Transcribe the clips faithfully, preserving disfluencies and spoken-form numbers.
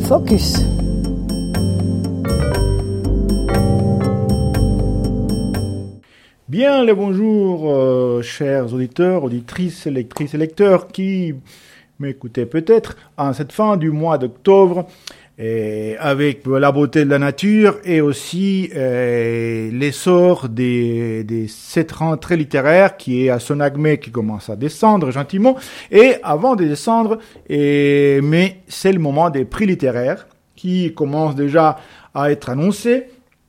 Focus. Bien le bonjour, euh, chers auditeurs, auditrices, lectrices et lecteurs qui m'écoutez peut-être en cette fin du mois d'octobre et avec la beauté de la nature et aussi euh, l'essor des, des cette rentrée littéraire qui est à son acmé, qui commence à descendre gentiment. Et avant de descendre, et, mais c'est le moment des prix littéraires qui commencent déjà à être annoncés.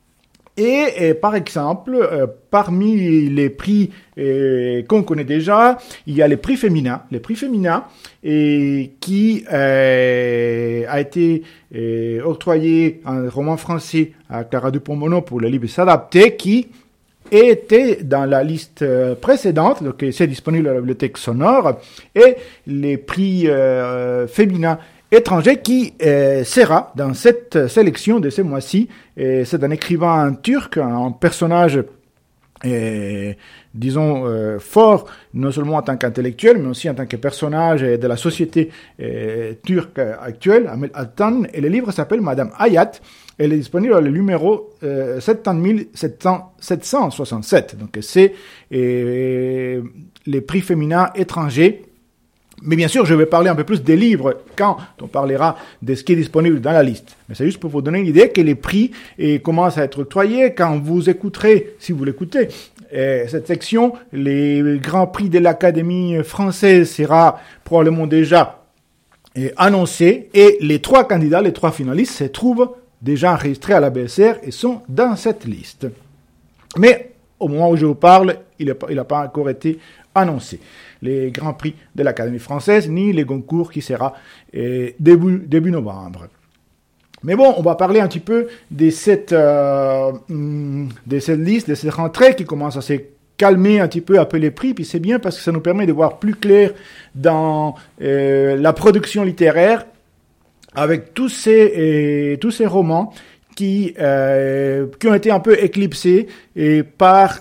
Et, et par exemple, euh, parmi les prix euh, qu'on connaît déjà, il y a les prix féminins. Les prix féminins et qui euh, a été euh, octroyé un roman français à Clara Dupont-Moreau pour le livre S'adapter, qui était dans la liste précédente, donc c'est disponible à la bibliothèque sonore, et les prix euh, féminins étranger qui euh, sera dans cette sélection de ce mois-ci. Et c'est un écrivain turc, un personnage, euh, disons, euh, fort, non seulement en tant qu'intellectuel, mais aussi en tant que personnage de la société euh, turque actuelle, Ahmet Altan. Et le livre s'appelle Madame Hayat. Elle est disponible dans le numéro euh, sept mille sept cent soixante-sept. Donc c'est euh, les prix féminins étrangers. Mais bien sûr, je vais parler un peu plus des livres quand on parlera de ce qui est disponible dans la liste. Mais c'est juste pour vous donner une idée que les prix eh, commencent à être octroyés quand vous écouterez, si vous l'écoutez, eh, cette section. Les grands prix de l'Académie française sera probablement déjà eh, annoncé, et les trois candidats, les trois finalistes se trouvent déjà enregistrés à la B S R et sont dans cette liste. Mais au moment où je vous parle, il n'a pas, pas encore été annoncé les grands prix de l'Académie française, ni les concours qui sera eh, début, début novembre. Mais bon, on va parler un petit peu de cette, euh, de cette liste, de cette rentrée qui commence à se calmer un petit peu après les prix, puis c'est bien parce que ça nous permet de voir plus clair dans euh, la production littéraire avec tous ces, euh, tous ces romans qui, euh, qui ont été un peu éclipsés et par...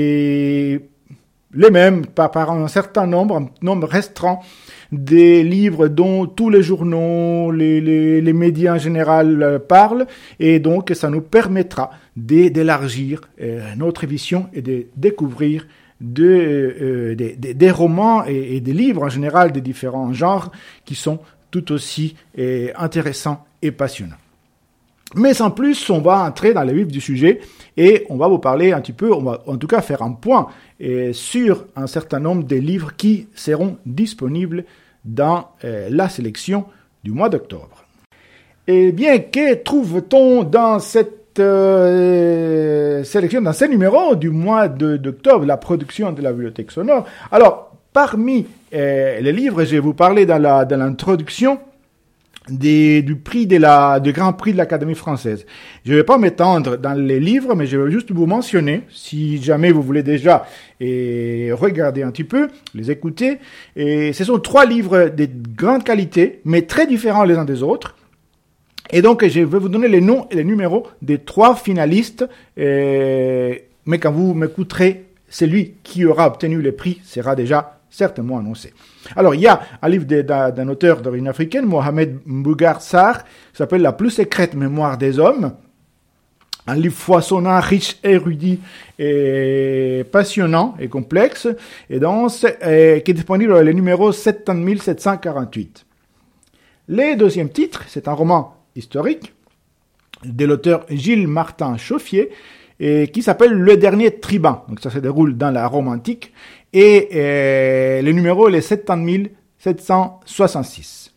Et, les mêmes, par, par un certain nombre, un nombre restreint des livres dont tous les journaux, les, les, les médias en général euh, parlent, et donc ça nous permettra de, d'élargir euh, notre vision et de découvrir de, euh, des, des, des romans et, et des livres en général de différents genres qui sont tout aussi euh, intéressants et passionnants. Mais sans plus, on va entrer dans le vif du sujet et on va vous parler un petit peu, on va en tout cas faire un point eh, sur un certain nombre de livres qui seront disponibles dans eh, la sélection du mois d'octobre. Eh bien, que trouve-t-on dans cette euh, sélection, dans ce numéro du mois de, d'octobre, la production de la bibliothèque sonore? Alors, parmi eh, les livres, je vais vous parler dans, la, dans l'introduction Des, du prix de la, du Grand Prix de l'Académie française. Je ne vais pas m'étendre dans les livres, mais je vais juste vous mentionner, si jamais vous voulez déjà et regarder un petit peu, les écouter. Et ce sont trois livres de grande qualité, mais très différents les uns des autres. Et donc, je vais vous donner les noms et les numéros des trois finalistes. Et, mais quand vous m'écouterez, celui qui aura obtenu le prix sera déjà certainement annoncé. Alors, il y a un livre de, d'un, d'un auteur d'origine africaine, Mohamed Mbougar Sarr, qui s'appelle La plus secrète mémoire des hommes. Un livre foisonnant, riche, érudit, et passionnant et complexe, et dense, et qui est disponible dans le numéro sept mille sept cent quarante-huit. Le deuxième titre, c'est un roman historique de l'auteur Gilles Martin Chauffier, et qui s'appelle Le Dernier Tribun. Donc ça se déroule dans la Rome antique. Et euh, le numéro est sept mille sept cent soixante-six.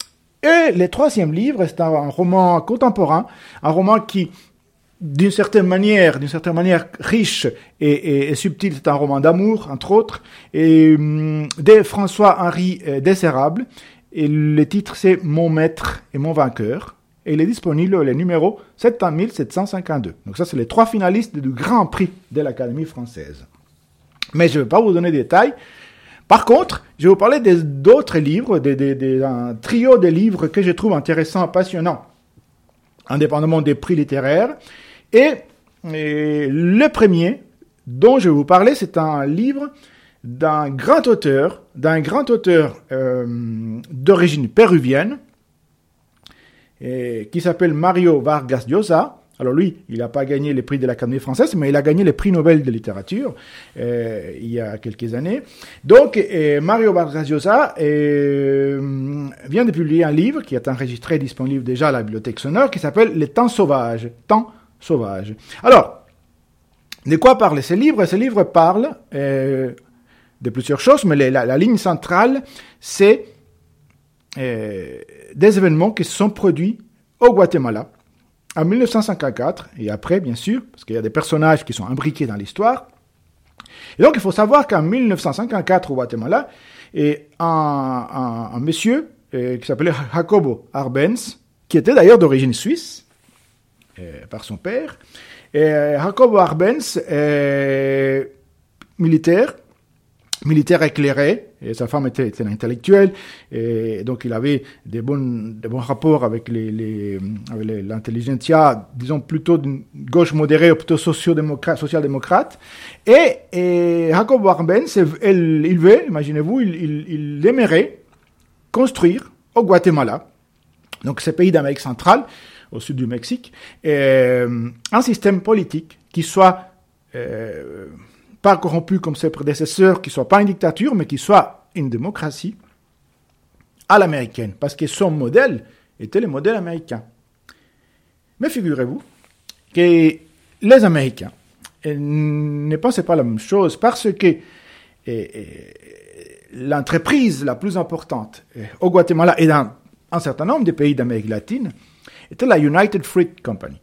Et le troisième livre, c'est un, un roman contemporain, un roman qui, d'une certaine manière, d'une certaine manière riche et, et, et subtil, c'est un roman d'amour, entre autres, et hum, de François-Henri euh, Desérable. Et le titre, c'est Mon maître et mon vainqueur. Et il est disponible le numéro sept mille sept cent cinquante-deux. Donc ça, c'est les trois finalistes du Grand Prix de l'Académie française. Mais je ne vais pas vous donner des détails. Par contre, je vais vous parler des, d'autres livres, des, des, des, un trio de livres que je trouve intéressants, passionnants, indépendamment des prix littéraires. Et, et le premier dont je vais vous parler, c'est un livre d'un grand auteur, d'un grand auteur euh, d'origine péruvienne, et, qui s'appelle Mario Vargas Llosa. Alors lui, il n'a pas gagné les prix de l'Académie française, mais il a gagné les prix Nobel de littérature euh, il y a quelques années. Donc, euh, Mario Vargas Llosa euh, vient de publier un livre qui est enregistré, disponible déjà à la bibliothèque sonore, qui s'appelle « Les temps sauvages ». Temps sauvages. Alors, de quoi parle ce livre? Ce livre parle euh, de plusieurs choses, mais la, la ligne centrale, c'est euh, des événements qui se sont produits au Guatemala en mille neuf cent cinquante-quatre, et après, bien sûr, parce qu'il y a des personnages qui sont imbriqués dans l'histoire. Et donc, il faut savoir qu'en mille neuf cent cinquante-quatre, au Guatemala, et un, un, un monsieur euh, qui s'appelait Jacobo Arbenz, qui était d'ailleurs d'origine suisse, euh, par son père. Et euh, Jacobo Arbenz, euh, militaire, militaire éclairé, et sa femme était, était intellectuelle, et donc il avait des bons, des bons rapports avec, les, les, avec les, l'intelligentsia, disons plutôt d'une gauche modérée ou plutôt social-démocrate. social-démocrate. Et, et Jacobo Arbenz, il, il veut, imaginez-vous, il, il, il aimerait construire au Guatemala, donc ce pays d'Amérique centrale, au sud du Mexique, euh, un système politique qui soit euh, pas corrompu comme ses prédécesseurs, qui soit pas une dictature, mais qui soit une démocratie à l'américaine, parce que son modèle était le modèle américain. Mais figurez-vous que les Américains ne pensaient pas la même chose, parce que et, et, l'entreprise la plus importante au Guatemala et dans un certain nombre de pays d'Amérique latine était la United Fruit Company,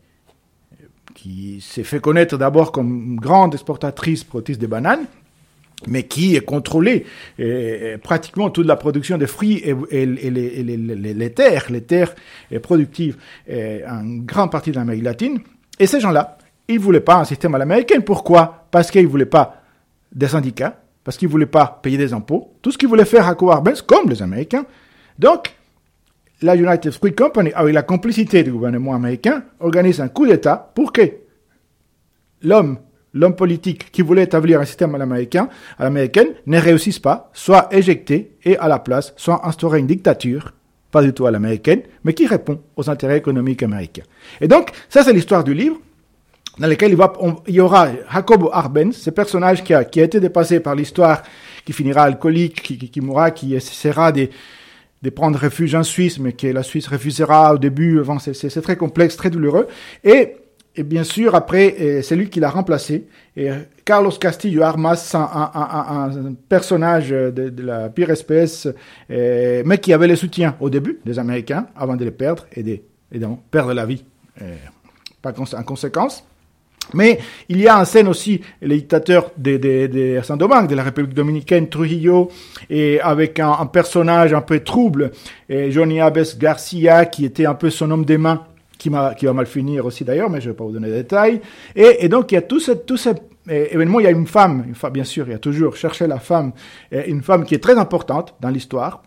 qui s'est fait connaître d'abord comme grande exportatrice productrice de bananes, mais qui est contrôlée et, pratiquement toute la production de fruits et, et, et, les, et les, les, les terres, les terres productives et, en grande partie de l'Amérique latine. Et ces gens-là, ils ne voulaient pas un système à l'américaine. Pourquoi? Parce qu'ils ne voulaient pas des syndicats, parce qu'ils ne voulaient pas payer des impôts. Tout ce qu'ils voulaient faire à Jacobo Arbenz, comme les Américains. Donc, la United Fruit Company, avec la complicité du gouvernement américain, organise un coup d'État pour que l'homme, l'homme politique qui voulait établir un système à l'américain, à l'américaine, ne réussisse pas, soit éjecté et à la place, soit instauré une dictature, pas du tout à l'américaine, mais qui répond aux intérêts économiques américains. Et donc, ça c'est l'histoire du livre, dans lequel il, va, on, il y aura Jacobo Arbenz, ce personnage qui a, qui a été dépassé par l'histoire, qui finira alcoolique, qui, qui, qui mourra, qui essaiera de de prendre refuge en Suisse, mais que la Suisse refusera au début. Bon, c'est, c'est, c'est très complexe, très douloureux. Et, et bien sûr, après, c'est lui qui l'a remplacé. Et Carlos Castillo Armas, un, un, un, un personnage de, de la pire espèce, et, mais qui avait le soutien au début des Américains, avant de les perdre et de, et de perdre la vie et, par en conséquence. Mais il y a en scène aussi les dictateurs de, de, de Saint-Domingue, de la République dominicaine, Trujillo, et avec un, un personnage un peu trouble, et Johnny Abbes Garcia, qui était un peu son homme des mains, qui, m'a, qui va mal finir aussi d'ailleurs, mais je ne vais pas vous donner de détails. Et, et donc il y a tout ce, tout ce événement, il y a une femme, une femme, bien sûr, il y a toujours cherché la femme, une femme qui est très importante dans l'histoire,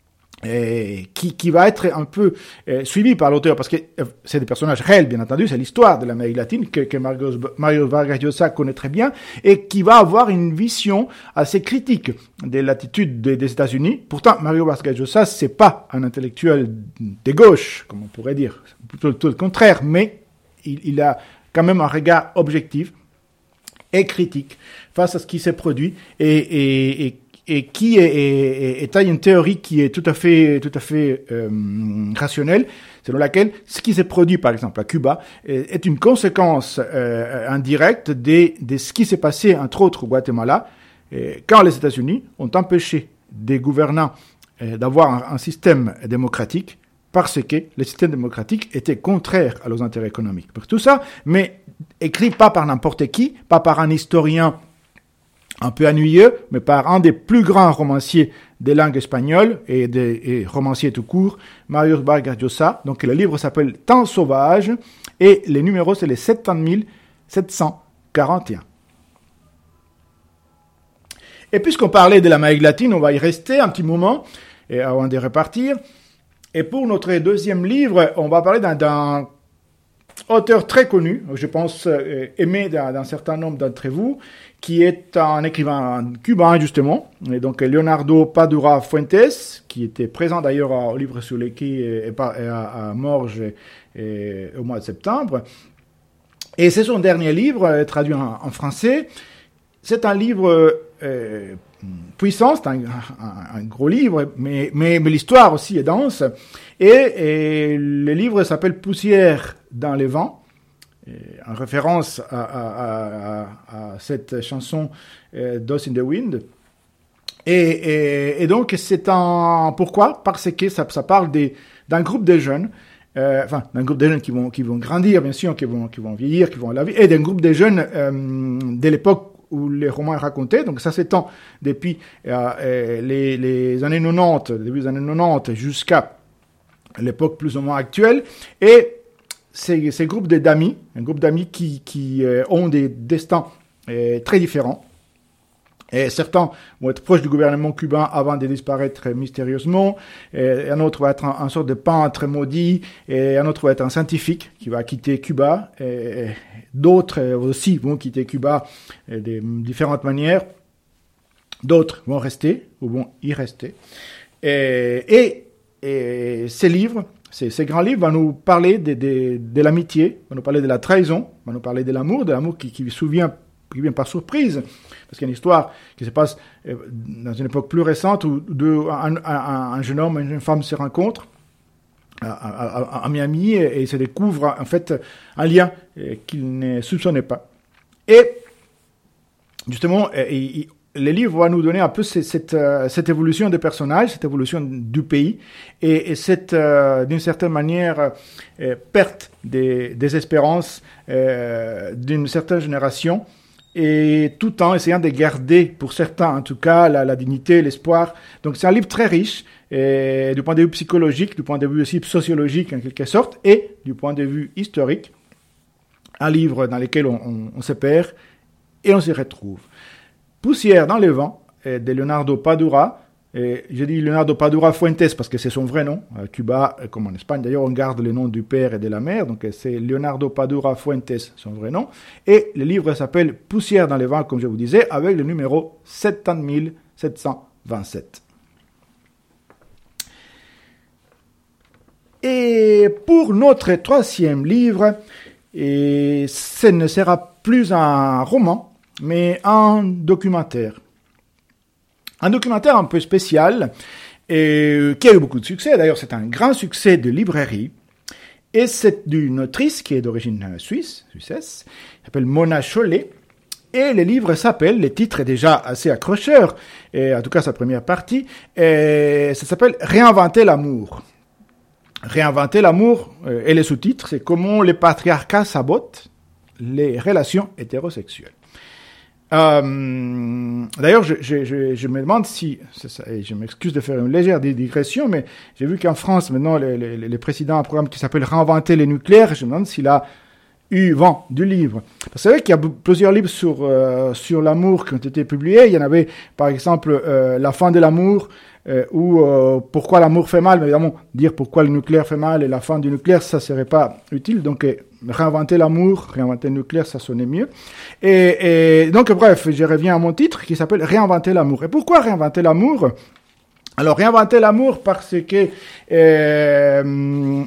et qui, qui va être un peu euh, suivi par l'auteur, parce que euh, c'est des personnages réels, bien entendu, c'est l'histoire de l'Amérique latine que, que Mario, Mario Vargas Llosa connaît très bien, et qui va avoir une vision assez critique de l'attitude des, des États-Unis. Pourtant, Mario Vargas Llosa, c'est pas un intellectuel de gauche, comme on pourrait dire, plutôt tout le contraire, mais il, il a quand même un regard objectif et critique face à ce qui s'est produit, et, et, et et qui est, est, est, est une théorie qui est tout à fait, tout à fait euh, rationnelle, selon laquelle ce qui s'est produit, par exemple, à Cuba, est, est une conséquence euh, indirecte de, de ce qui s'est passé, entre autres, au Guatemala, et quand les États-Unis ont empêché des gouvernants euh, d'avoir un, un système démocratique, parce que le système démocratique était contraire à leurs intérêts économiques. Pour tout ça, mais écrit pas par n'importe qui, pas par un historien un peu ennuyeux, mais par un des plus grands romanciers des langues espagnoles et des et romanciers tout court, Mario Vargas Llosa. Donc le livre s'appelle Temps sauvage et les numéros c'est les sept mille sept cent quarante et un. Et puisqu'on parlait de l'Amérique latine, on va y rester un petit moment et avant de repartir. Et pour notre deuxième livre, on va parler d'un, d'un auteur très connu, je pense euh, aimé d'un, d'un certain nombre d'entre vous, qui est un écrivain cubain justement, et donc Leonardo Padura Fuentes, qui était présent d'ailleurs au Livre sur les quais et, et, et à, à Morges et, et, au mois de septembre. Et c'est son dernier livre, traduit en, en français. C'est un livre euh, puissant, c'est un, un, un gros livre, mais, mais, mais l'histoire aussi est dense. Et, et le livre s'appelle Poussière dans les vents, en référence à, à, à, à cette chanson euh, Dust in the Wind. Et, et, et donc, c'est un... Pourquoi ? Parce que ça, ça parle des, d'un groupe de jeunes, euh, enfin, d'un groupe de jeunes qui vont, qui vont grandir, bien sûr, qui vont, qui vont vieillir, qui vont à la vie, et d'un groupe de jeunes euh, de l'époque où les romans sont racontés. Donc, ça s'étend depuis euh, les, les années quatre-vingt-dix, début des années quatre-vingt-dix, jusqu'à l'époque plus ou moins actuelle. Et ces, ces groupes d'amis, un groupe d'amis qui, qui euh, ont des destins euh, très différents. Et certains vont être proches du gouvernement cubain avant de disparaître mystérieusement. Et un autre va être un, un sorte de peintre maudit. Et un autre va être un scientifique qui va quitter Cuba. Et d'autres aussi vont quitter Cuba de différentes manières. D'autres vont rester ou vont y rester. Et, et, et ces livres, ces, ces grands livres vont nous parler de, de, de l'amitié, vont nous parler de la trahison, vont nous parler de l'amour, de l'amour qui, qui souvient qui vient par surprise, parce qu'il y a une histoire qui se passe dans une époque plus récente où deux, un, un, un jeune homme et une jeune femme se rencontrent à, à, à Miami et, et ils se découvrent en fait un lien qu'ils ne soupçonnaient pas. Et justement, et, et, les livres vont nous donner un peu cette, cette, cette évolution des personnages, cette évolution du pays et, et cette, euh, d'une certaine manière, euh, perte des, des espérances euh, d'une certaine génération. Et tout en essayant de garder, pour certains en tout cas, la, la dignité, l'espoir. Donc c'est un livre très riche, et, du point de vue psychologique, du point de vue aussi sociologique en quelque sorte, et du point de vue historique. Un livre dans lequel on, on, on se perd et on se retrouve. Poussière dans les vents, de Leonardo Padura. Et je dis Leonardo Padura Fuentes parce que c'est son vrai nom. À Cuba, comme en Espagne, d'ailleurs, on garde les noms du père et de la mère. Donc, c'est Leonardo Padura Fuentes, son vrai nom. Et le livre s'appelle Poussière dans les vents, comme je vous disais, avec le numéro sept mille sept cent vingt-sept. Et pour notre troisième livre, et ce ne sera plus un roman, mais un documentaire. Un documentaire un peu spécial, et qui a eu beaucoup de succès. D'ailleurs, c'est un grand succès de librairie. Et c'est d'une autrice qui est d'origine suisse, suissesse, qui s'appelle Mona Chollet. Et le livre s'appelle, le titre est déjà assez accrocheur, et en tout cas sa première partie, et ça s'appelle « Réinventer l'amour ». Réinventer l'amour, et le sous-titre, c'est « Comment le patriarcat sabote les relations hétérosexuelles ». Euh, d'ailleurs, je, je, je, je me demande si, c'est ça, et je m'excuse de faire une légère digression, mais j'ai vu qu'en France, maintenant, le, le, le président a un programme qui s'appelle « Réinventer le nucléaire ». Je me demande s'il a eu vent du livre. Parce que c'est vrai qu'il y a plusieurs livres sur, euh, sur l'amour qui ont été publiés. Il y en avait, par exemple, euh, « La fin de l'amour euh, » ou euh, « Pourquoi l'amour fait mal ». Mais évidemment, dire pourquoi le nucléaire fait mal et la fin du nucléaire, ça serait pas utile. Donc, euh, réinventer l'amour, réinventer le nucléaire, ça sonnait mieux. Et, et donc, bref, je reviens à mon titre qui s'appelle « Réinventer l'amour ». Et pourquoi réinventer l'amour ? Alors, réinventer l'amour parce que, euh,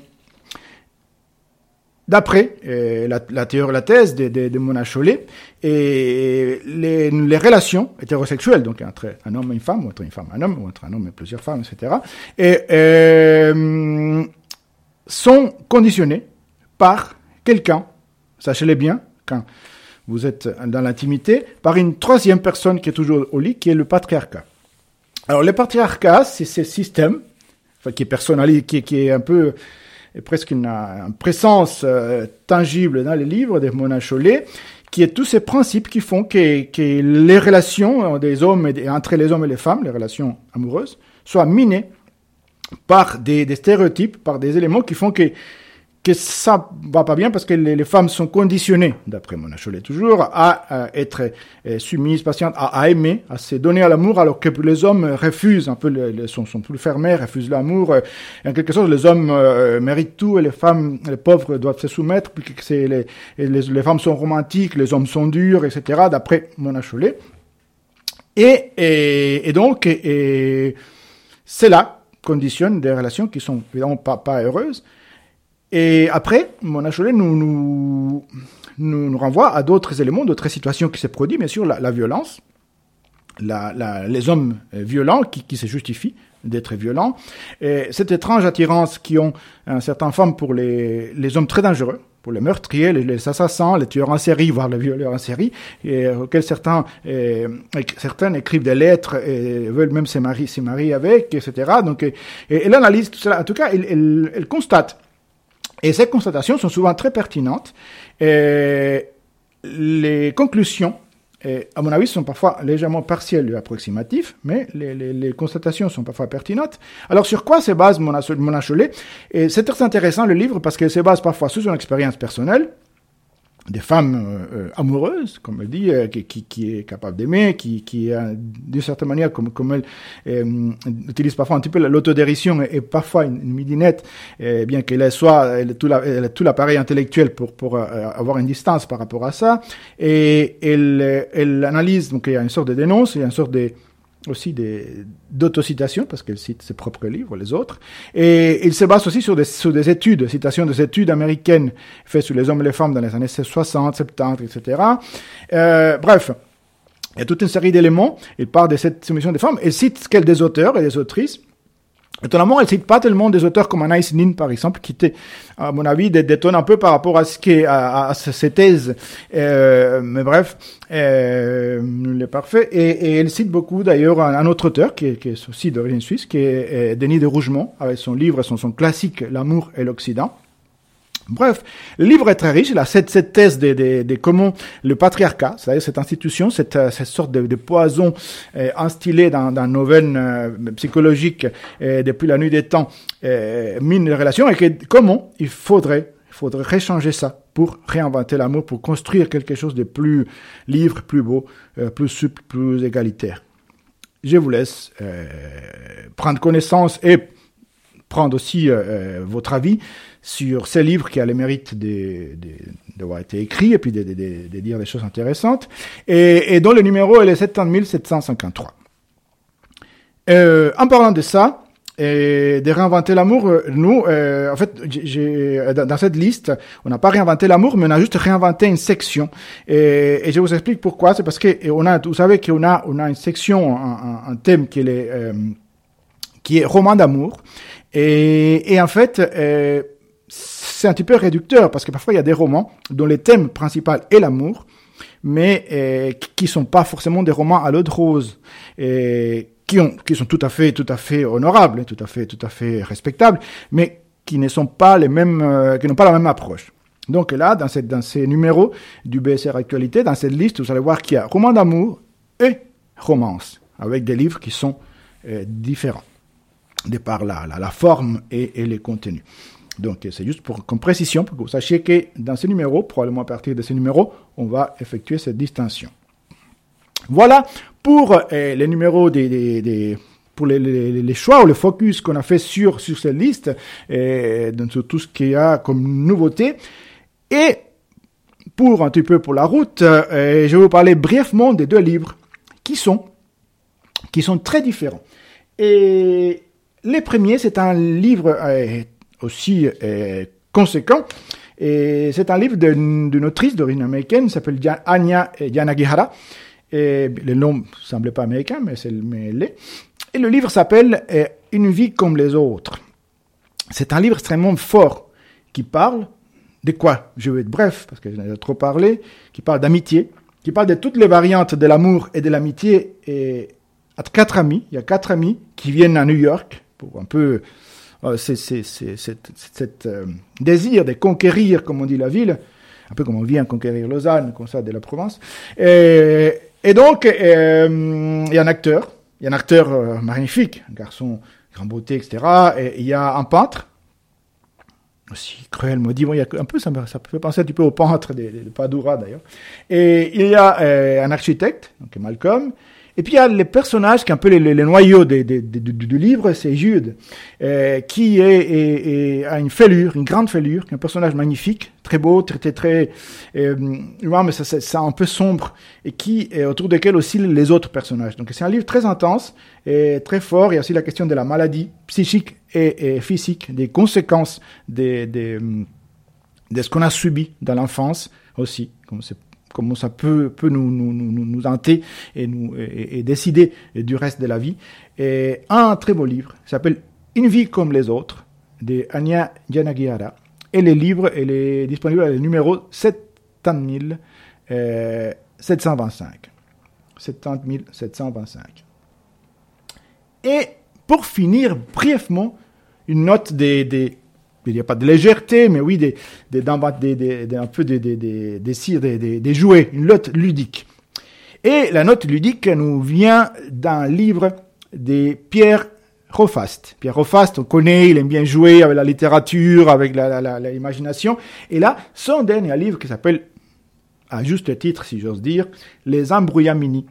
d'après euh, la, la théorie, la thèse de, de, de Mona Chollet, et les, les relations hétérosexuelles, donc entre un homme et une femme, ou entre une femme et un homme, ou entre un homme et plusieurs femmes, et cetera, et, euh, sont conditionnées par quelqu'un, sachez-le bien, quand vous êtes dans l'intimité, par une troisième personne qui est toujours au lit, qui est le patriarcat. Alors, le patriarcat, c'est ce système, enfin, qui est personnalisé, qui, qui est un peu, presque une, une présence euh, tangible dans les livres de Mona Chollet, qui est tous ces principes qui font que, que les relations des hommes et entre les hommes et les femmes, les relations amoureuses, soient minées par des, des stéréotypes, par des éléments qui font que que ça va pas bien parce que les, les femmes sont conditionnées, d'après Mona Chollet toujours, à, à être euh, soumises, patientes, à, à aimer, à se donner à l'amour, alors que les hommes refusent un peu, les, sont, sont plus fermés, refusent l'amour. En quelque sorte, les hommes euh, méritent tout et les femmes, les pauvres doivent se soumettre, puis que c'est les, les, les femmes sont romantiques, les hommes sont durs, et cetera, d'après Mona Chollet. Et, et, et donc, et, et cela conditionne des relations qui sont évidemment pas, pas heureuses. Et après, Mona Chollet nous, nous, nous, nous renvoie à d'autres éléments, d'autres situations qui se produisent, bien sûr, la, la violence, la, la, les hommes violents qui, qui se justifient d'être violents, et cette étrange attirance qui ont un certain femmes pour les, les hommes très dangereux, pour les meurtriers, les, les assassins, les tueurs en série, voire les violeurs en série, et auxquels certains, et, certaines écrivent des lettres et veulent même se marier, se marier avec, et cetera. Donc, et, et elle analyse tout cela. En tout cas, elle, elle, elle constate. Et ces constatations sont souvent très pertinentes. Et les conclusions, et à mon avis, sont parfois légèrement partielles et approximatives, mais les, les, les constatations sont parfois pertinentes. Alors, sur quoi se base Mona Chollet? Et c'est très intéressant, le livre, parce qu'elle se base parfois sur son expérience personnelle, des femmes euh, amoureuses, comme elle dit, euh, qui, qui, qui est capable d'aimer, qui, qui euh, d'une certaine manière, comme, comme elle euh, utilise parfois un petit peu l'autodérision et, et parfois une, une midinette, euh, bien qu'elle soit elle a tout, la, elle a tout l'appareil intellectuel pour, pour euh, avoir une distance par rapport à ça, et elle, elle analyse, donc il y a une sorte de dénonce, il y a une sorte de aussi des, d'autocitation, parce qu'elle cite ses propres livres, les autres, et il se base aussi sur des, sur des études, citations des études américaines faites sur les hommes et les femmes dans les années soixante, soixante-dix, et cetera. Euh, bref, il y a toute une série d'éléments, il parle de cette soumission des femmes, il cite quelques des auteurs et des autrices. Étonnamment, elle cite pas tellement des auteurs comme Anaïs Nin, par exemple, qui était, à mon avis, détonne un peu par rapport à ce qui est, à, à, à ces thèses. Euh, mais bref, euh, il est parfait. Et, et elle cite beaucoup, d'ailleurs, un, un autre auteur, qui est, qui est aussi d'origine suisse, qui est, est Denis de Rougemont, avec son livre, son, son classique, L'amour et l'Occident. Bref, le livre est très riche. Il a cette, cette thèse de, de, de comment le patriarcat, c'est-à-dire cette institution, cette, cette sorte de, de poison euh, instillé dans, dans nos veines euh, psychologiques euh, depuis la nuit des temps, euh, mine les relations, et que comment il faudrait, il faudrait changer ça pour réinventer l'amour, pour construire quelque chose de plus libre, plus beau, euh, plus souple, plus égalitaire. Je vous laisse euh, prendre connaissance et prendre aussi euh, votre avis sur ces livres qui a le mérite de, de, d'avoir été écrits et puis de, de, de, de dire des choses intéressantes, et, et dont le numéro est le sept mille sept cent cinquante-trois. Euh, en parlant de ça, et de réinventer l'amour, nous, euh, en fait, j'ai, dans cette liste, on n'a pas réinventé l'amour, mais on a juste réinventé une section. Et, et je vous explique pourquoi. C'est parce que on a, vous savez qu'on a, on a une section, un, un thème qui est, les, euh, qui est roman d'amour. Et, et en fait, euh, c'est un petit peu réducteur parce que parfois il y a des romans dont le thème principal est l'amour, mais euh, qui sont pas forcément des romans à l'eau de rose, et qui ont, qui sont tout à fait, tout à fait honorables, tout à fait, tout à fait respectables, mais qui ne sont pas les mêmes, euh, qui n'ont pas la même approche. Donc là, dans cette, dans ces numéros du B S R Actualité, dans cette liste, vous allez voir qu'il y a roman d'amour et romance, avec des livres qui sont euh, différents, de par la, la, la forme et, et les contenus. Donc, c'est juste pour, comme précision, pour que vous sachiez que dans ces numéros, probablement à partir de ces numéros, on va effectuer cette distinction. Voilà pour euh, les numéros des, des, des pour les, les, les choix ou le focus qu'on a fait sur, sur cette liste, et donc sur tout ce qu'il y a comme nouveauté. Et pour un petit peu pour la route, euh, je vais vous parler brièvement des deux livres qui sont, qui sont très différents. Et les premiers, c'est un livre euh, aussi euh, conséquent, et c'est un livre d'une, d'une autrice d'origine américaine, qui s'appelle Anya Yanagihara, et le nom ne semblait pas américain, mais c'est mais elle l'est. Et le livre s'appelle euh, Une vie comme les autres. C'est un livre extrêmement fort, qui parle de quoi? Je vais être bref, parce que j'en ai trop parlé, qui parle d'amitié, qui parle de toutes les variantes de l'amour et de l'amitié, et à quatre amis, il y a quatre amis qui viennent à New York, pour un peu, euh, c'est, c'est, c'est, c'est, cet euh, désir de conquérir, comme on dit, la ville, un peu comme on vient conquérir Lausanne, comme ça, de la Provence. Et, et donc, euh, il y a un acteur, il y a un acteur euh, magnifique, un garçon, grande beauté, et cetera. Et il y a un peintre, aussi cruel, maudit. Bon, il y a un peu, ça me, ça fait penser un petit peu au peintre de, de, de Padura, d'ailleurs. Et il y a euh, un architecte, donc Malcolm. Et puis il y a les personnages qui un peu les, les, les noyaux de, de, de, de, du livre, c'est Jude, euh, qui est, est, est, a une fêlure, une grande fêlure, un personnage magnifique, très beau, très très très euh, humain, mais ça, ça, ça un peu sombre, et qui est autour desquels oscillent les autres personnages. Donc c'est un livre très intense et très fort. Il y a aussi la question de la maladie psychique et, et physique, des conséquences de, de, de ce qu'on a subi dans l'enfance aussi, comme c'est comment ça peut, peut nous, nous, nous, nous hanter et, nous, et, et décider du reste de la vie. Et un très beau livre, qui s'appelle « Une vie comme les autres » de Anya Yanagihara. Et le livre, il est disponible à le numéro sept mille sept cent vingt-cinq. sept mille sept cent vingt-cinq. Et pour finir brièvement, une note des... des il n'y a pas de légèreté, mais oui, des, des, des, des, des, un peu des, des, des, des cires, des, des, des jouets, une note ludique. Et la note ludique nous vient d'un livre de Pierre Rofast. Pierre Rofast, on connaît, il aime bien jouer avec la littérature, avec la, la, la, la imagination. Et là, son dernier livre qui s'appelle, à juste titre, si j'ose dire, Les Embrouillamini.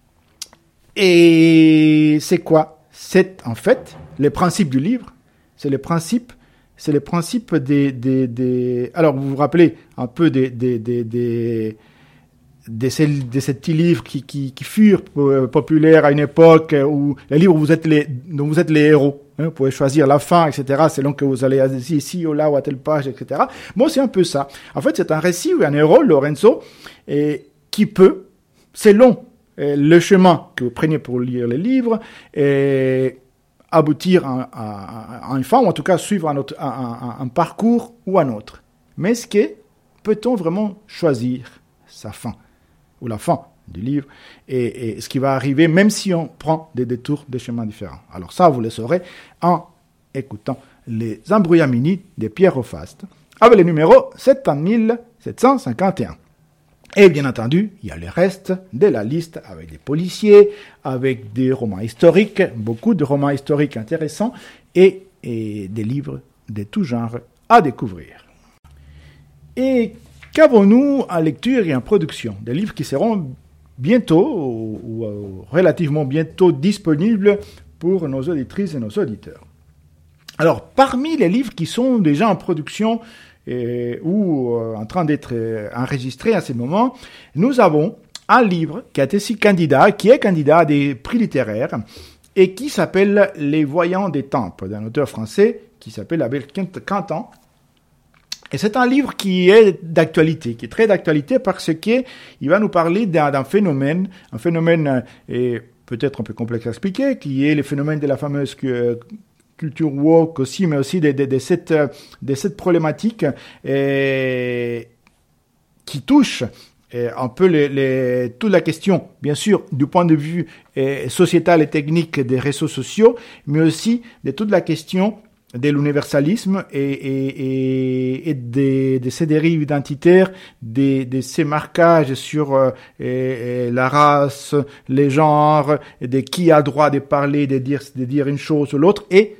Et c'est quoi? C'est en fait les principes du livre, c'est les principes C'est le principe des, des, des... Alors, vous vous rappelez un peu des, des, des, des, des, ces, de ces petits livres qui, qui, qui furent populaires à une époque où les livres où vous êtes les, dont vous êtes les héros. Hein, vous pouvez choisir la fin, et cetera, selon que vous allez ici, ici, ou là, ou à telle page, et cetera. Moi, c'est un peu ça. En fait, c'est un récit où un héros, Lorenzo, et, qui peut, selon et, le chemin que vous prenez pour lire les livres, et aboutir à, à, à une fin, ou en tout cas suivre un, autre, un, un, un parcours ou un autre. Mais est-ce que peut-on vraiment choisir sa fin, ou la fin du livre, et, et ce qui va arriver, même si on prend des détours, des chemins différents? Alors ça, vous le saurez en écoutant Les Embrouillamini de Pierre Rofast, avec le numéro sept mille sept cent cinquante et un. Et bien entendu, il y a le reste de la liste avec des policiers, avec des romans historiques, beaucoup de romans historiques intéressants et, et des livres de tout genre à découvrir. Et qu'avons-nous en lecture et en production? Des livres qui seront bientôt, ou, ou relativement bientôt, disponibles pour nos auditrices et nos auditeurs. Alors, parmi les livres qui sont déjà en production, Et, ou euh, en train d'être euh, enregistré à ce moment, nous avons un livre qui a été aussi candidat, qui est candidat à des prix littéraires, et qui s'appelle Les Voyants des Tempes, d'un auteur français qui s'appelle Abel Quentin. Et c'est un livre qui est d'actualité, qui est très d'actualité parce qu'il va nous parler d'un, d'un phénomène, un phénomène euh, peut-être un peu complexe à expliquer, qui est le phénomène de la fameuse euh, culture woke aussi, mais aussi de, de, de, cette, de cette problématique et, qui touche et, un peu les, les, toute la question, bien sûr, du point de vue et, sociétal et technique des réseaux sociaux, mais aussi de toute la question de l'universalisme et, et, et, et de, de ces dérives identitaires, de, de ces marquages sur euh, et, et la race, les genres, de qui a droit de parler, de dire, de dire une chose ou l'autre, et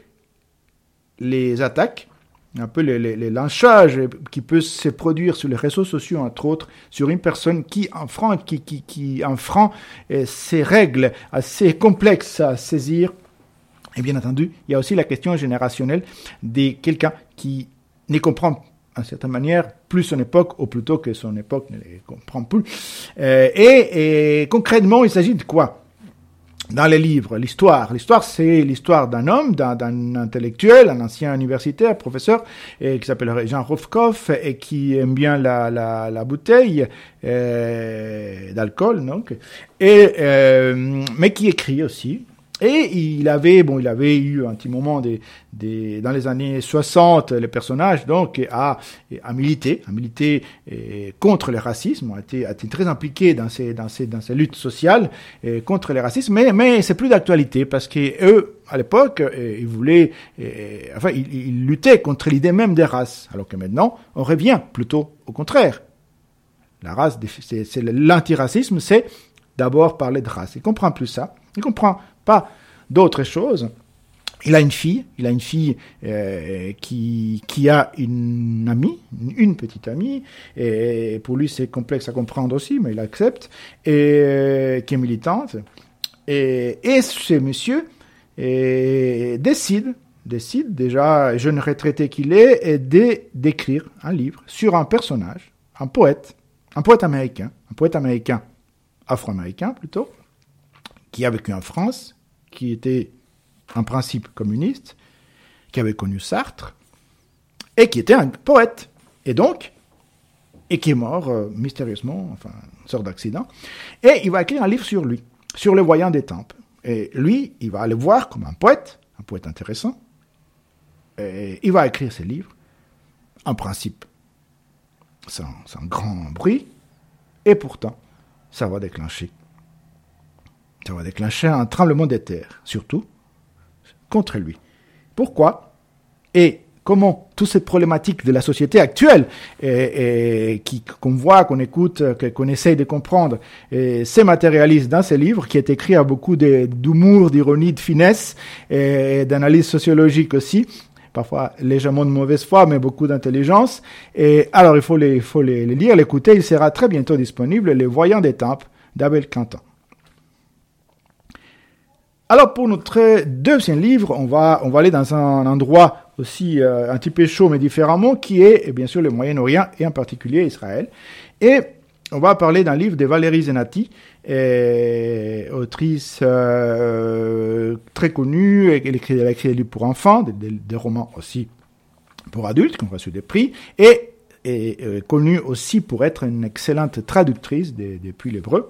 les attaques, un peu les, les, les lynchages qui peuvent se produire sur les réseaux sociaux, entre autres, sur une personne qui enfreint, qui, qui, qui enfreint eh, ces règles assez complexes à saisir. Et bien entendu, il y a aussi la question générationnelle de quelqu'un qui ne comprend d'une certaine manière plus son époque, ou plutôt que son époque ne les comprend plus. Euh, et, et concrètement, il s'agit de quoi? Dans les livres, l'histoire. L'histoire, c'est l'histoire d'un homme, d'un, d'un intellectuel, un ancien universitaire, professeur, et qui s'appelle Jean Rovkov, et qui aime bien la, la, la bouteille euh, d'alcool, donc, et, euh, mais qui écrit aussi. Et il avait, bon, il avait eu un petit moment des, des, dans les années soixante, les personnages, donc, à, à militer, à militer et, contre le racisme, a été, a été très impliqué dans ces, dans ces, dans ces luttes sociales et, contre le racisme, mais, mais c'est plus d'actualité parce que eux, à l'époque, et, ils voulaient, et, enfin, ils, ils luttaient contre l'idée même des races, alors que maintenant, on revient plutôt au contraire. La race, c'est, c'est l'antiracisme, c'est d'abord parler de race. Il comprend plus ça. Il comprend pas d'autres choses. il a une fille, il a une fille euh, qui qui a une amie, une petite amie, et pour lui c'est complexe à comprendre aussi, mais il accepte, et euh, qui est militante. Et, et ce monsieur et, décide, décide déjà, jeune retraité qu'il est, et de, d'écrire un livre sur un personnage, un poète, un poète américain, un poète américain, afro-américain plutôt, qui a vécu en France, qui était en principe communiste, qui avait connu Sartre, et qui était un poète, et donc, et qui est mort euh, mystérieusement, enfin, une sorte d'accident, et il va écrire un livre sur lui, sur le voyant d'Étampes. Et lui, il va le voir comme un poète, un poète intéressant, et il va écrire ses livres, en principe, sans, sans grand bruit, et pourtant, ça va déclencher, ça va déclencher un tremblement de terre, surtout, contre lui. Pourquoi? Et comment toute cette problématique de la société actuelle, et, et, qui, qu'on voit, qu'on écoute, qu'on essaye de comprendre, et, se matérialise dans ce livre, qui est écrit à beaucoup de, d'humour, d'ironie, de finesse, et, et d'analyse sociologique aussi, parfois légèrement de mauvaise foi, mais beaucoup d'intelligence. Et alors, il faut les, il faut les, les lire, l'écouter. Il sera très bientôt disponible, Les Voyants d'Étampes, d'Abel Quentin. Alors, pour notre deuxième livre, on va, on va aller dans un endroit aussi euh, un petit peu chaud, mais différemment, qui est, bien sûr, le Moyen-Orient, et en particulier Israël. Et on va parler d'un livre de Valérie Zenati, et, autrice euh, très connue. Elle écrit, elle a écrit des livres pour enfants, des, des, des romans aussi pour adultes, qui ont reçu des prix, et, et euh, connue aussi pour être une excellente traductrice des, des puits l'hébreu.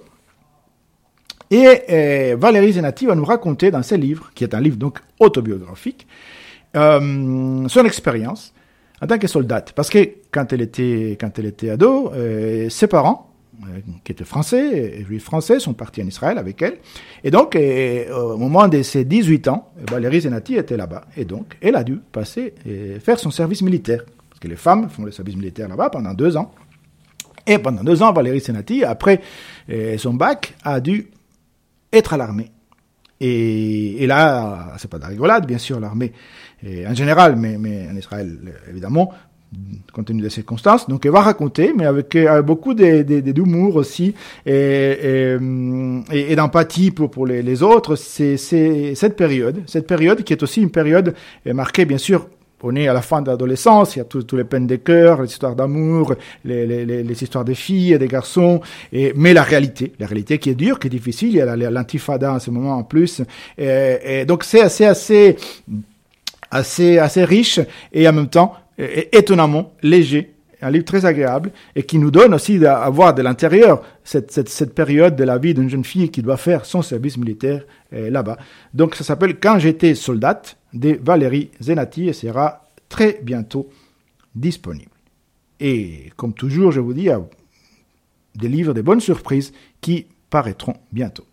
Et euh, Valérie Zenati va nous raconter dans ce livre, qui est un livre donc autobiographique, euh, son expérience en tant que soldate. Parce que quand elle était, quand elle était ado, euh, ses parents, euh, qui étaient français, et juifs français, sont partis en Israël avec elle. Et donc, euh, au moment de ses dix-huit ans, Valérie Zenati était là-bas. Et donc, elle a dû passer et faire son service militaire. Parce que les femmes font le service militaire là-bas pendant deux ans. Et pendant deux ans, Valérie Zenati, après euh, son bac, a dû être à l'armée. Et, et là, c'est pas de la rigolade, bien sûr, l'armée, en général, mais, mais en Israël, évidemment, compte tenu des circonstances. Donc, elle va raconter, mais avec, avec beaucoup de, de, de, d'humour aussi, et, et, et, et d'empathie pour, pour les, les autres. C'est, c'est cette période, cette période qui est aussi une période marquée, bien sûr. On est à la fin de l'adolescence, il y a tous les peines de cœur, les histoires d'amour, les, les, les, les histoires des filles et des garçons, et, mais la réalité, la réalité qui est dure, qui est difficile, il y a l'intifada en ce moment en plus, et, et donc c'est assez, assez, assez, assez riche, et en même temps, étonnamment léger, un livre très agréable, et qui nous donne aussi d'avoir de l'intérieur cette, cette, cette période de la vie d'une jeune fille qui doit faire son service militaire euh, là-bas. Donc ça s'appelle « Quand j'étais soldate » de Valérie Zenati, et sera très bientôt disponible. Et comme toujours, je vous dis, il y a des livres, des bonnes surprises qui paraîtront bientôt.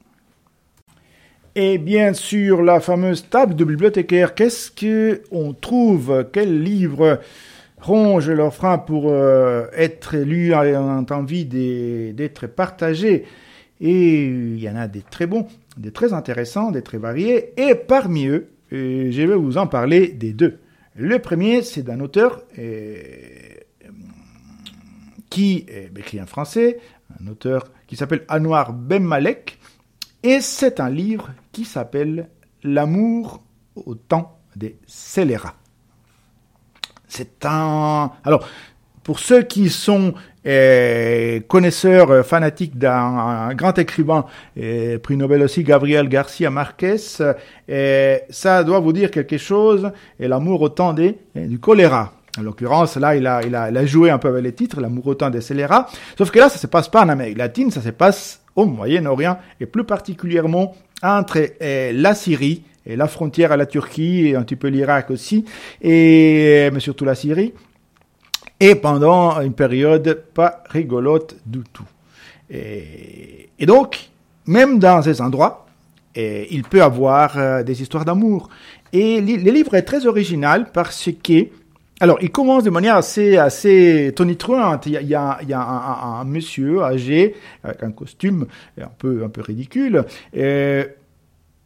Et bien sûr, la fameuse table de bibliothécaire, qu'est-ce qu'on trouve? Quel livre ronge leur frein pour euh, être lu, ont envie de, d'être partagé? Et il y en a des très bons, des très intéressants, des très variés. Et parmi eux, euh, je vais vous en parler des deux. Le premier, c'est d'un auteur euh, qui est écrit en français, un auteur qui s'appelle Anouar Ben Malek. Et c'est un livre qui s'appelle « L'amour au temps des scélérats ». C'est un... Alors, pour ceux qui sont euh, connaisseurs, euh, fanatiques d'un grand écrivain, euh, prix Nobel aussi, Gabriel Garcia Marquez, euh, ça doit vous dire quelque chose, et l'amour au temps des, euh, du choléra. En l'occurrence, là, il a, il, a, il a joué un peu avec les titres, l'amour au temps des scélérats, sauf que là, ça se passe pas en Amérique latine, ça se passe au Moyen-Orient, et plus particulièrement entre euh, la Syrie, et la frontière à la Turquie, et un petit peu l'Irak aussi, et, mais surtout la Syrie, et pendant une période pas rigolote du tout. Et, et donc, même dans ces endroits, et il peut avoir euh, des histoires d'amour. Et li- le livre est très original parce que, alors, il commence de manière assez, assez tonitruante. Il y a, il y a, il y a un, un, un monsieur âgé, avec un costume un peu, un peu ridicule, et,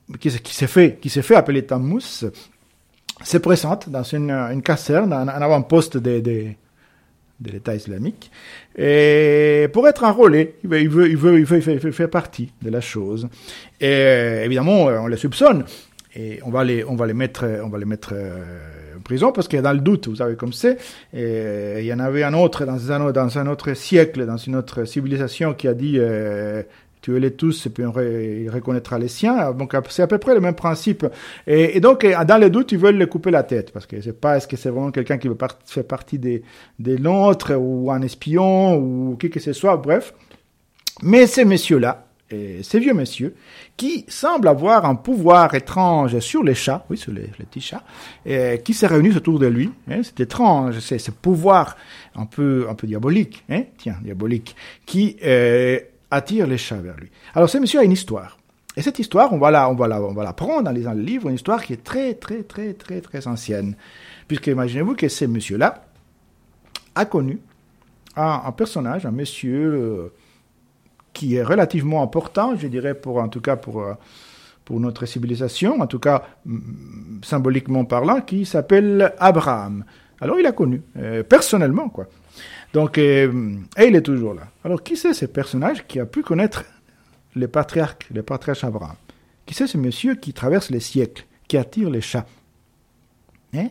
qui, qui s'est fait, qui s'est fait appeler Tammuz, se présente dans une, une caserne, un, un avant-poste de, de, de l'État islamique, et pour être enrôlé, il veut, il veut, il veut, il veut, il veut faire partie de la chose. Et évidemment, on les soupçonne, et on va les, on va les mettre, on va les mettre en prison parce qu'il y a dans le doute, vous savez comme c'est. Et il y en avait un autre dans un, dans un autre siècle, dans une autre civilisation, qui a dit euh, tuez-les tous et puis on ré, il reconnaîtra les siens. Donc c'est à peu près le même principe. Et, et donc dans le doute, ils veulent les couper la tête parce que c'est pas est-ce que c'est vraiment quelqu'un qui veut part, faire partie des des nôtres ou un espion ou qui que ce soit, bref. Mais ces messieurs-là, et ces vieux messieurs, qui semblent avoir un pouvoir étrange sur les chats, oui, sur les, les petits chats, et qui se réunissent autour de lui. Hein, c'est étrange, c'est ce pouvoir un peu, un peu diabolique, hein, tiens, diabolique, qui euh, attire les chats vers lui. Alors, ce monsieur a une histoire. Et cette histoire, on va la, on va la, on va la prendre en lisant le livre, une histoire qui est très, très, très, très, très ancienne. Puisque imaginez-vous que ce monsieur-là a connu un, un personnage, un monsieur... Euh, qui est relativement important, je dirais, pour, en tout cas pour, pour notre civilisation, en tout cas symboliquement parlant, qui s'appelle Abraham. Alors il a connu, euh, personnellement, quoi. Donc, euh, et il est toujours là. Alors qui c'est ce personnage qui a pu connaître les patriarches, les patriarches Abraham? Qui c'est ce monsieur qui traverse les siècles, qui attire les chats? Hein?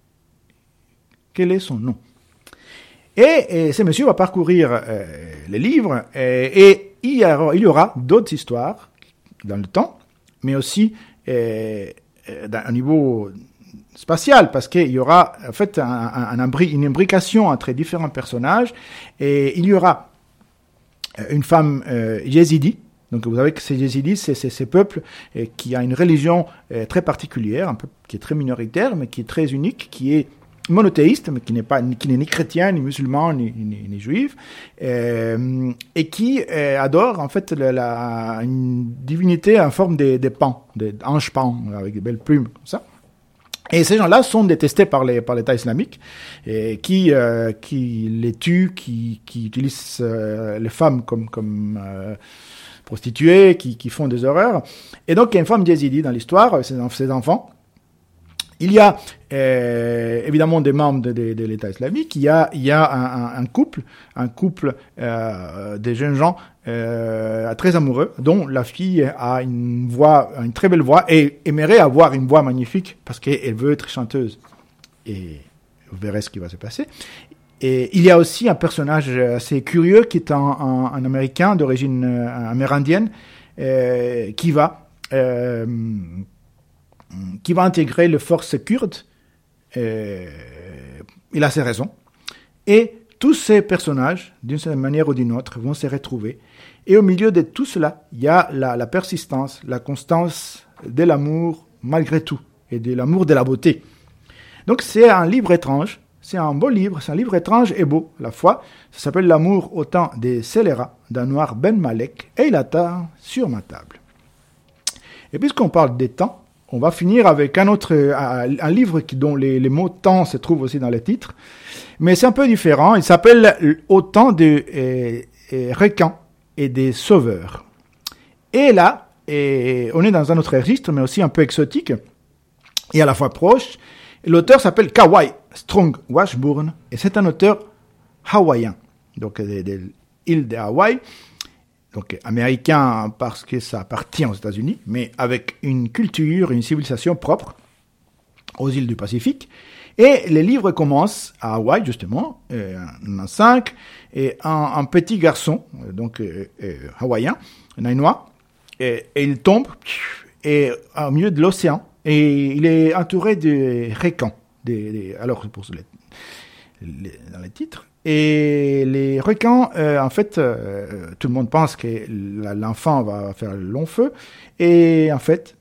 Quel est son nom? Et, et ce monsieur va parcourir euh, les livres et, et il, y aura, il y aura d'autres histoires dans le temps, mais aussi euh, à un niveau spatial, parce qu'il y aura en fait un, un, un, une imbrication entre différents personnages et il y aura une femme euh, yézidi. Donc vous savez que ces yézidis, c'est ces peuples euh, qui a une religion euh, très particulière, un peu, qui est très minoritaire, mais qui est très unique, qui est monothéiste, mais qui n'est pas, qui n'est ni chrétien, ni musulman, ni, ni, ni juif, euh, et qui euh, adore en fait la, la, une divinité en forme de, de pan, d'ange pan, avec des belles plumes comme ça. Et ces gens-là sont détestés par les par l'État islamique, et qui euh, qui les tuent, qui qui utilisent euh, les femmes comme comme euh, prostituées, qui qui font des horreurs. Et donc il y a une femme yézidi dans l'histoire, ses, ses enfants. Il y a euh, évidemment des membres de, de, de l'État islamique. Il y a, il y a un, un, un couple, un couple euh, de jeunes gens euh, très amoureux, dont la fille a une voix, une très belle voix et aimerait avoir une voix magnifique parce qu'elle veut être chanteuse. Et vous verrez ce qui va se passer. Et il y a aussi un personnage assez curieux qui est un, un, un Américain d'origine amérindienne euh, qui va euh, qui va intégrer les forces kurdes. Euh, il a ses raisons. Et tous ces personnages, d'une certaine manière ou d'une autre, vont se retrouver. Et au milieu de tout cela, il y a la, la persistance, la constance de l'amour malgré tout, et de l'amour de la beauté. Donc c'est un livre étrange, c'est un beau livre, c'est un livre étrange et beau à la fois. Ça s'appelle L'amour au temps des scélérats, d'Anouar Ben Malek, et il attend sur ma table. Et puisqu'on parle des temps, on va finir avec un autre, un, un livre qui, dont les, les mots temps se trouvent aussi dans le titre, mais c'est un peu différent. Il s'appelle Au temps des euh, euh, requins et des sauveurs. Et là, et on est dans un autre registre, mais aussi un peu exotique et à la fois proche. L'auteur s'appelle Kawai Strong Washburn et c'est un auteur hawaïen, donc de, de l'île de Hawaï. Donc américain parce que ça appartient aux États-Unis, mais avec une culture, une civilisation propre aux îles du Pacifique. Et les livres commencent à Hawaï, justement, euh, en cinq, et un, un petit garçon, donc euh, euh, hawaïen, Nainois, et, et il tombe et, au milieu de l'océan, et il est entouré de requins, des, des, alors pour les, les, dans les titres. Et les requins, euh, en fait, euh, tout le monde pense que l'enfant va faire le long feu. Et en fait,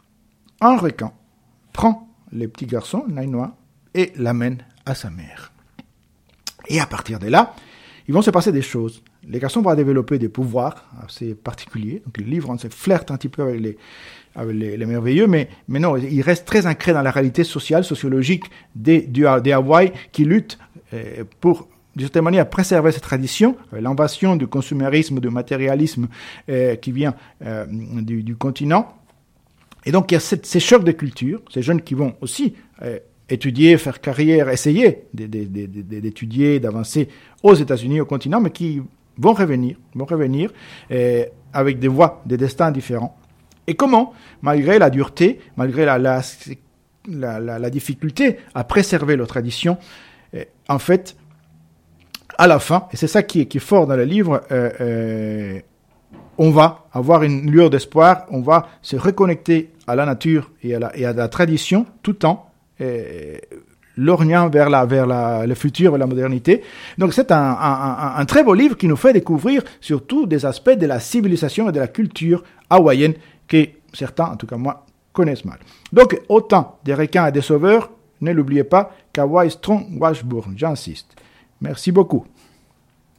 un requin prend les petits garçons, Nainois, et l'amène à sa mère. Et à partir de là, ils vont se passer des choses. Les garçons vont développer des pouvoirs assez particuliers. Donc le livre, on se flirte un petit peu avec les, avec les, les merveilleux, mais, mais non, il reste très ancré dans la réalité sociale, sociologique des, du, des Hawaï qui luttent euh, pour... de cette manière, à préserver cette tradition, l'invasion du consumérisme, du matérialisme euh, qui vient euh, du, du continent, Et donc, il y a cette, ces chocs de culture, ces jeunes qui vont aussi euh, étudier, faire carrière, essayer d'étudier, d'avancer aux États-Unis, au continent, mais qui vont revenir, vont revenir euh, avec des voies, des destins différents. Et comment, malgré la dureté, malgré la, la, la, la, la difficulté à préserver leur tradition, euh, en fait, à la fin, et c'est ça qui est, qui est fort dans le livre, euh, euh, on va avoir une lueur d'espoir, on va se reconnecter à la nature et à la, et à la tradition tout en euh, lorgnant vers, la, vers la, le futur, vers la modernité. Donc c'est un, un, un, un très beau livre qui nous fait découvrir surtout des aspects de la civilisation et de la culture hawaïenne que certains, en tout cas moi, connaissent mal. Donc autant des requins et des sauveurs, ne l'oubliez pas, qu'Hawaii Strong Washburn, j'insiste. Merci beaucoup.